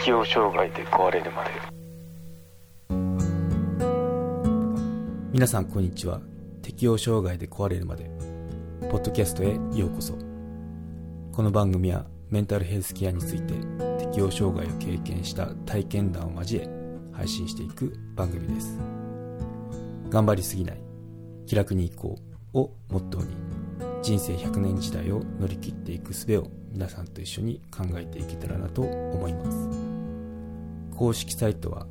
適応障害で壊れるまで。 皆さんこんにちは。適応障害で壊れるまでポッドキャストへようこそ。この番組はメンタルヘルスケアについて適応障害を経験した体験談を交え配信していく番組です。頑張りすぎない、気楽にいこうをモットーに人生100年時代を乗り切っていく術を皆さんと一緒に考えていけたらなと思います。公式サイトは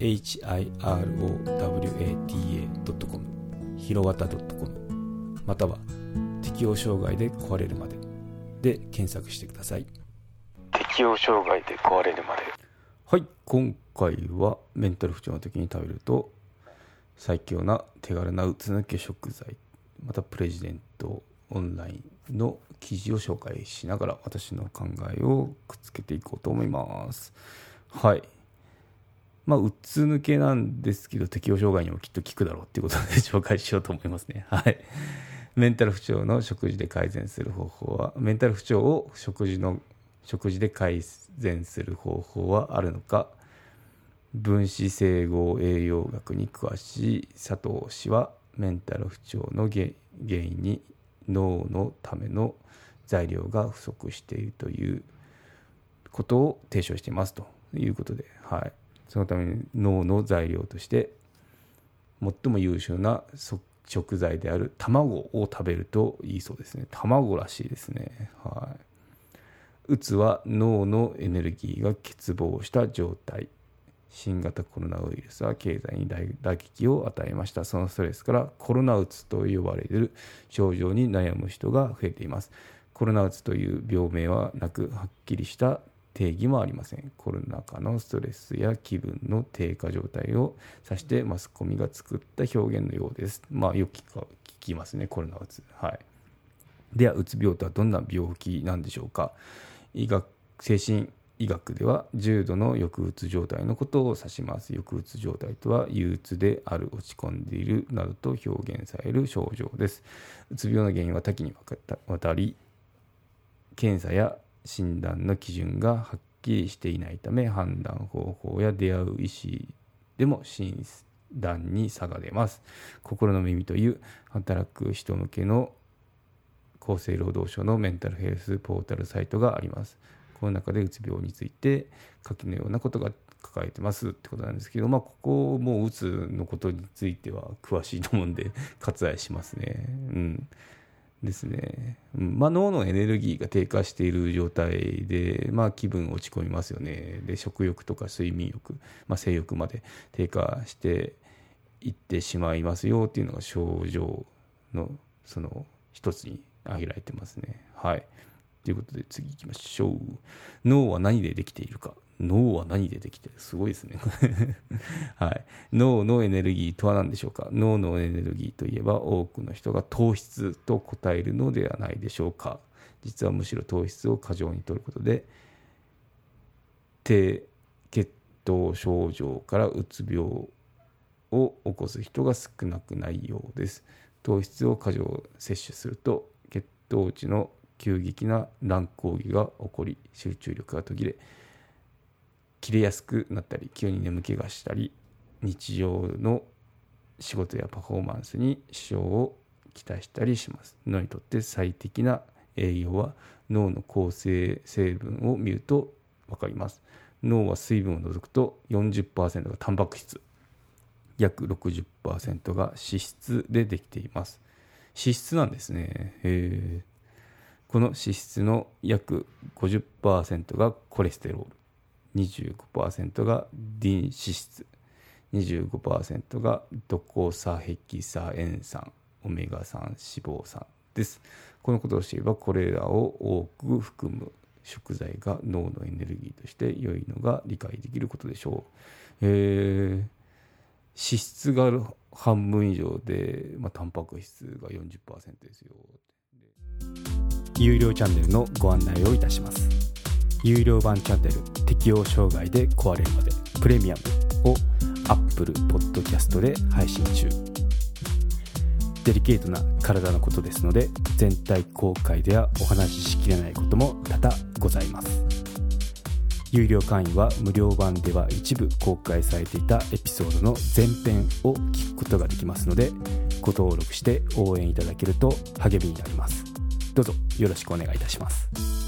hirowata.com ひろわた .com または適応障害で壊れるまでで検索してください。 適応障害で壊れるまで。 はい、今回はメンタル不調の時に食べると最強な手軽なうつ抜け食材、またプレジデントオンラインの記事を紹介しながら私の考えをくっつけていこうと思います。はい、うつ抜けなんですけど適応障害にもきっと効くだろうっていうことで紹介しようと思いますね。はい、メンタル不調の食事で改善する方法は、メンタル不調を食事で改善する方法はあるのか。分子整合栄養学に詳しい佐藤氏は、メンタル不調の原因に脳のための材料が不足しているということを提唱していますということで、はい、そのために脳の材料として最も優秀な食材である卵を食べるといいそうですね。卵らしいですね。はい、うつは脳のエネルギーが欠乏した状態。新型コロナウイルスは経済に打撃を与えました。そのストレスからコロナうつと呼ばれる症状に悩む人が増えています。コロナうつという病名はなく、はっきりした定義もありません。コロナ禍のストレスや気分の低下状態を指してマスコミが作った表現のようです。よく聞きますね、コロナうつ。はい。では、うつ病とはどんな病気なんでしょうか。精神医学では重度の抑うつ状態のことを指します。抑うつ状態とは憂鬱である、落ち込んでいるなどと表現される症状です。うつ病の原因は多岐にわたり、検査や診断の基準がはっきりしていないため、判断方法や出会う医師でも診断に差が出ます。心の耳という働く人向けの厚生労働省のメンタルヘルスポータルサイトがあります。この中でうつ病について下記のようなことが書かれてますってことなんですけど、ここもうつのことについては詳しいと思うんで割愛しますね。ですね。脳のエネルギーが低下している状態で、気分落ち込みますよね。で、食欲とか睡眠欲、性欲まで低下していってしまいますよっていうのが症状のその一つに挙げられてますね。はい。ということで次行きましょう。脳は何でできているか。脳は何でできている、すごいですね。はい。脳のエネルギーとは何でしょうか。脳のエネルギーといえば多くの人が糖質と答えるのではないでしょうか。実はむしろ糖質を過剰に摂ることで低血糖症状からうつ病を起こす人が少なくないようです。糖質を過剰摂取すると血糖値の急激な乱高下が起こり、集中力が途切れ、切れやすくなったり、急に眠気がしたり、日常の仕事やパフォーマンスに支障をきたしたりします。脳にとって最適な栄養は脳の構成成分を見ると分かります。脳は水分を除くと 40% がタンパク質、約 60% が脂質でできています。脂質なんですね。この脂質の約 50% がコレステロール、25% がリン脂質、25% がドコサヘキサエン酸、オメガ3脂肪酸です。このことを知ればこれらを多く含む食材が脳のエネルギーとして良いのが理解できることでしょう。脂質が半分以上で、タンパク質が 40% ですよ。 有料チャンネルのご案内をいたします。有料版チャンネル適応障害で壊れるまでプレミアムを Apple Podcast で配信中。デリケートな体のことですので、全体公開ではお話ししきれないことも多々ございます。 有料会員は無料版では一部公開されていたエピソードの前編を聞くことができますので、ご登録して応援いただけると励みになります。どうぞよろしくお願いいたします。